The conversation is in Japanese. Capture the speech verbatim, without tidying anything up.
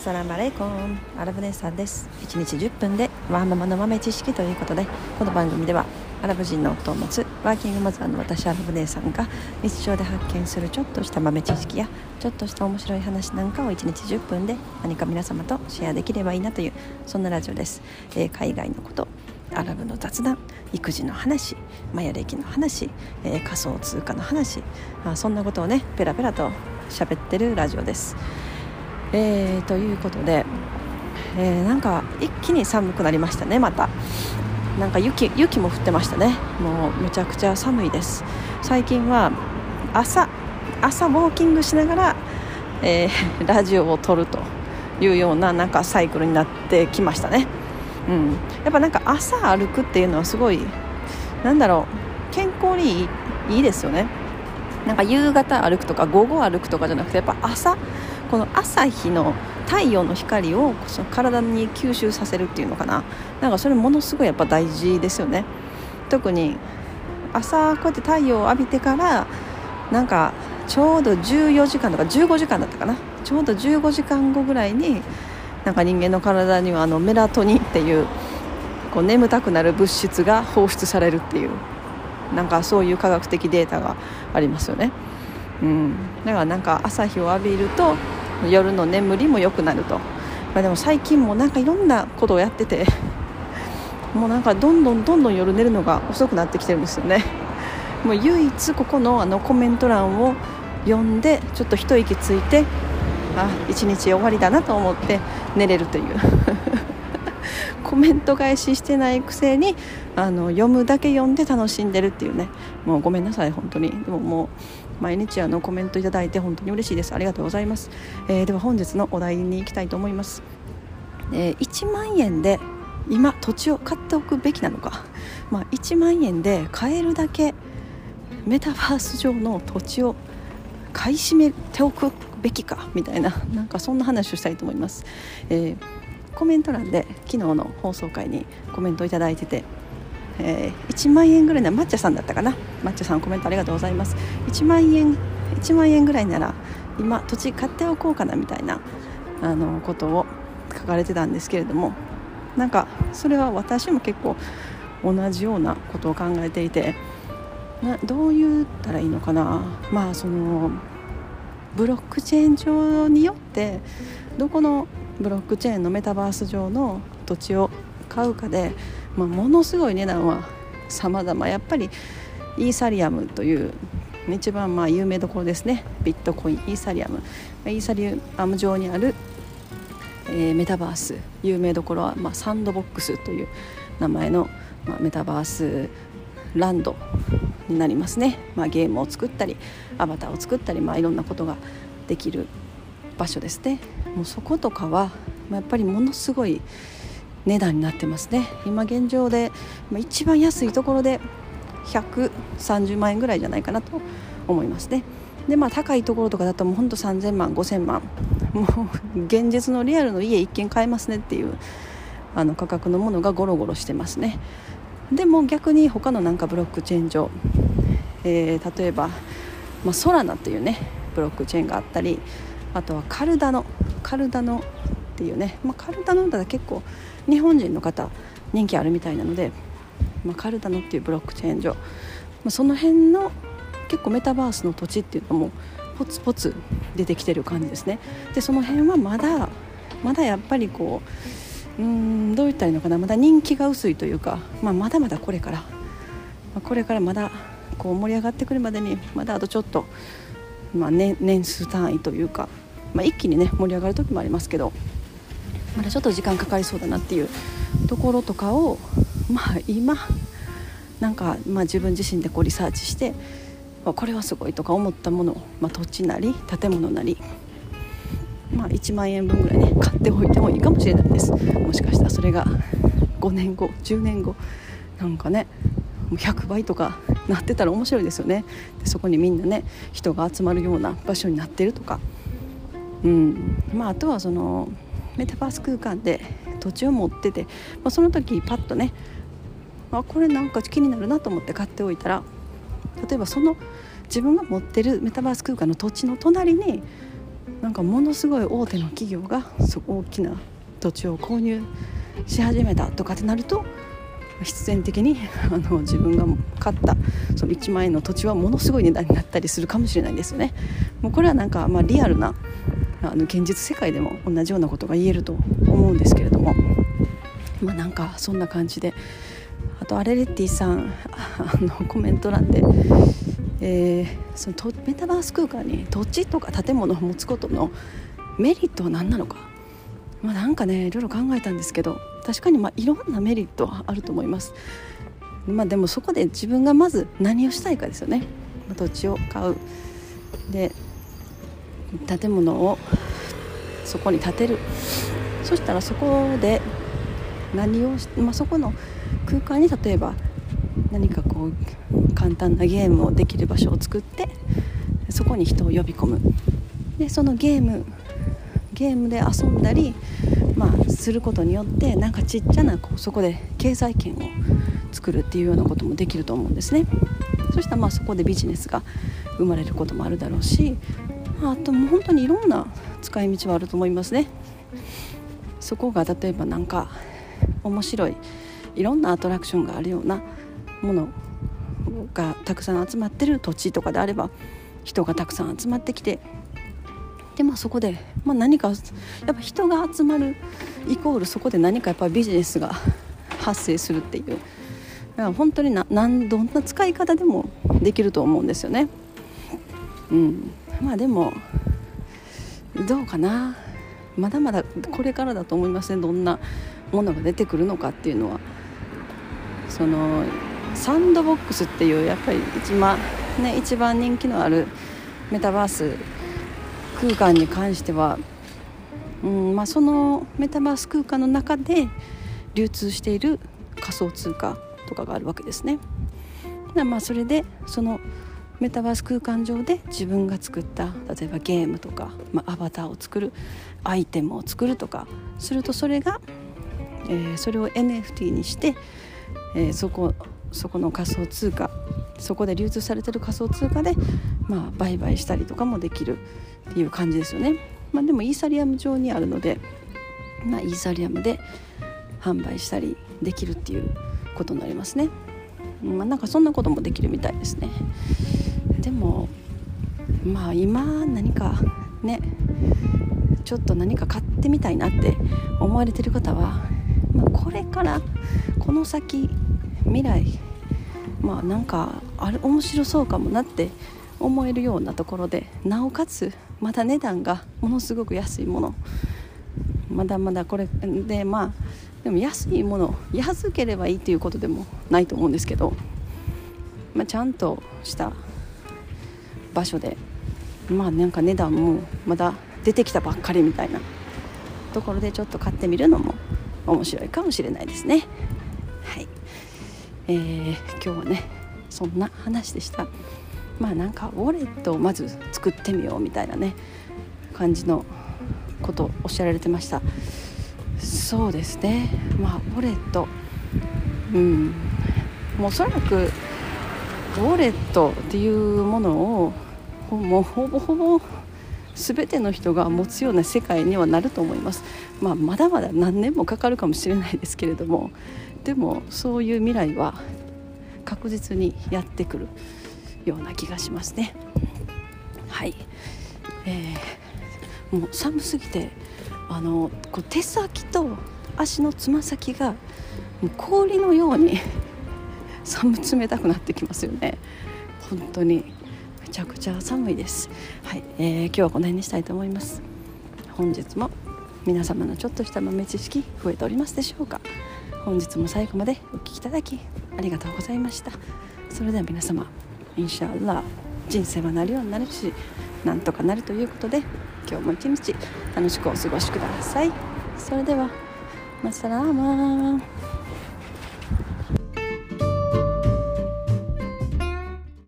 サラムアレイコン、アラブ姉さんです。いちにちじゅっぷんでワーママの豆知識ということで、この番組ではアラブ人の夫を持つワーキングマザーの私アラブ姉さんが日常で発見するちょっとした豆知識やちょっとした面白い話なんかをいちにちじゅっぷんで何か皆様とシェアできればいいなという、そんなラジオです。えー、海外のこと、アラブの雑談、育児の話、マヤ歴の話、えー、仮想通貨の話、あそんなことをねペラペラと喋ってるラジオです。えー、ということで、えー、なんか一気に寒くなりましたね。またなんか 雪, 雪も降ってましたね。もうめちゃくちゃ寒いです。最近は朝朝ウォーキングしながら、えー、ラジオを撮るというようななんかサイクルになってきましたね。うん、やっぱなんか朝歩くっていうのはすごいなんだろう健康にいい、いいですよね。なんか夕方歩くとか午後歩くとかじゃなくて、やっぱ朝この朝日の太陽の光をその体に吸収させるっていうのかな。なんかそれものすごいやっぱ大事ですよね。特に朝こうやって太陽を浴びてからなんかちょうどじゅうよじかんとかじゅうごじかんだったかな、ちょうどじゅうごじかんごぐらいになんか人間の体にはあのメラトニンっていうこう眠たくなる物質が放出されるっていう、なんかそういう科学的データがありますよね。うん、だからなんか朝日を浴びると夜の眠りも良くなると。まあ、でも最近もなんかいろんなことをやっててもうなんかどんどんどんどん夜寝るのが遅くなってきてるんですよね。もう唯一ここのあのコメント欄を読んでちょっと一息ついて、あ一日終わりだなと思って寝れるというコメント返ししてないくせにあの読むだけ読んで楽しんでるっていうね。もうごめんなさい本当に。でももう毎日あのコメントいただいて本当に嬉しいです。ありがとうございます。えー、では本日のお題に行きたいと思います。えー、いちまんえんで今土地を買っておくべきなのか、まあ、いちまんえんで買えるだけメタバース上の土地を買い占めておくべきかみたいな、なんかそんな話をしたいと思います。えー、コメント欄で昨日の放送回にコメントいただいてて、えー、いちまんえんぐらいな抹茶さんだったかな。抹茶さんコメントありがとうございます。いちまんえんいちまんえんぐらいなら今土地買っておこうかなみたいなあのことを書かれてたんですけれども、なんかそれは私も結構同じようなことを考えていて、などう言ったらいいのかな。まあそのブロックチェーン上によってどこのブロックチェーンのメタバース上の土地を買うかで、まあ、ものすごい値段は様々。やっぱりイーサリアムという一番まあ有名どころですね。ビットコイン、イーサリアムイーサリアム上にある、えー、メタバース有名どころは、まあ、サンドボックスという名前の、まあ、メタバースランドになりますね。まあ、ゲームを作ったりアバターを作ったり、まあ、いろんなことができる場所ですね。もうそことかは、まあ、やっぱりものすごい値段になってますね。今現状で、まあ、一番安いところでひゃくさんじゅうまんえんぐらいじゃないかなと思いますね。で、まあ、高いところとかだともうほんとさんぜんまんごせんまん、もう現実のリアルの家一軒買えますねっていうあの価格のものがゴロゴロしてますね。でも逆に他のなんかブロックチェーン上、えー、例えば、まあ、ソラナっていうねブロックチェーンがあったり、あとはカルダノカルダノっていうね、まあ、カルダノだと結構日本人の方人気あるみたいなので、まあ、カルダノっていうブロックチェーン上、まあ、その辺の結構メタバースの土地っていうのもポツポツ出てきてる感じですね。でその辺はまだまだやっぱりこううーんどう言ったらいいのかな、まだ人気が薄いというか、まあ、まだまだこれから、まあ、これからまだこう盛り上がってくるまでにまだあとちょっと、まあ、年, 年数単位というか、まあ、一気にね盛り上がる時もありますけど、まだちょっと時間かかりそうだなっていうところとかを、まあ、今なんか、まあ、自分自身でこうリサーチして、まあ、これはすごいとか思ったものを、まあ、土地なり建物なり、まあ、いちまんえんぶんぐらいね買っておいてもいいかもしれないです。もしかしたらそれがごねんごじゅうねんごなんかねひゃくばいとかなってたら面白いですよね。でそこにみんなね人が集まるような場所になってるとか、うんまあ、あとはそのメタバース空間で土地を持ってて、まあ、その時パッとねあこれなんか気になるなと思って買っておいたら、例えばその自分が持ってるメタバース空間の土地の隣になんかものすごい大手の企業がそ大きな土地を購入し始めたとかってなると、必然的にあの自分が買ったそのいちまん円の土地はものすごい値段になったりするかもしれないですよね。もうこれはなんか、まあ、リアルなあの現実世界でも同じようなことが言えると思うんですけれども、まあなんかそんな感じで、あとアレレッティさんあのコメント欄で、えー、そのメタバース空間に土地とか建物を持つことのメリットは何なのか、まあ、なんかねいろいろ考えたんですけど、確かにまあいろんなメリットはあると思います。まあ、でもそこで自分がまず何をしたいかですよね。土地を買うで建物をそこに建てる、そしたらそこで何をし、まあ、そこの空間に例えば何かこう簡単なゲームをできる場所を作って、そこに人を呼び込む。でそのゲームゲームで遊んだり、まあ、することによってなんかちっちゃなこうそこで経済圏を作るっていうようなこともできると思うんですね。そしたらまあそこでビジネスが生まれることもあるだろうし、あともう本当にいろんな使い道はあると思いますね。そこが例えばなんか面白いいろんなアトラクションがあるようなものがたくさん集まってる土地とかであれば、人がたくさん集まってきて、で、まあ、そこで、まあ、何かやっぱ人が集まるイコールそこで何かやっぱりビジネスが発生するっていう、だから本当にななんどんな使い方でもできると思うんですよね。うん、まあでもどうかな、まだまだこれからだと思いますね。どんなものが出てくるのかっていうのは、そのサンドボックスっていうやっぱり一番、ね、一番人気のあるメタバース空間に関しては、うんまあ、そのメタバース空間の中で流通している仮想通貨とかがあるわけですね。まあそれでそのメタバース空間上で自分が作った例えばゲームとか、まあ、アバターを作る、アイテムを作るとかすると、それが、えー、それを エヌエフティー にして、えー、そこそこの仮想通貨、そこで流通されている仮想通貨で、まあ、売買したりとかもできるっていう感じですよね。まあ、でもイーサリアム上にあるので、まあ、イーサリアムで販売したりできるっていうことになりますね。まあ、なんかそんなこともできるみたいですね。でもまあ今何かねちょっと何か買ってみたいなって思われてる方は、まあ、これからこの先未来、まあなんかあれ面白そうかもなって思えるようなところで、なおかつまだ値段がものすごく安いもの、まだまだこれで、まあでも安いもの、安ければいいということでもないと思うんですけど、まあ、ちゃんとした場所で、まあなんか値段もまだ出てきたばっかりみたいなところでちょっと買ってみるのも面白いかもしれないですね。はい、えー、今日はねそんな話でした。まあなんかウォレットをまず作ってみようみたいなね感じのことをおっしゃられてました。そうですね、まあウォレット、うんもうおそらくウォレットっていうものをもうほぼほぼ全ての人が持つような世界にはなると思います。まあ、まだまだ何年もかかるかもしれないですけれども、でもそういう未来は確実にやってくるような気がしますね。はい、えー、もう寒すぎてあのこう手先と足のつま先がもう氷のように寒冷たくなってきますよね。本当にめちゃくちゃ寒いです。はい、えー、今日はこの辺にしたいと思います。本日も皆様のちょっとした豆知識増えておりますでしょうか。本日も最後までお聞きいただきありがとうございました。それでは皆様、インシャアラー、人生はなるようになるし、なんとかなるということで、今日も一日楽しくお過ごしください。それではマッサラーマー。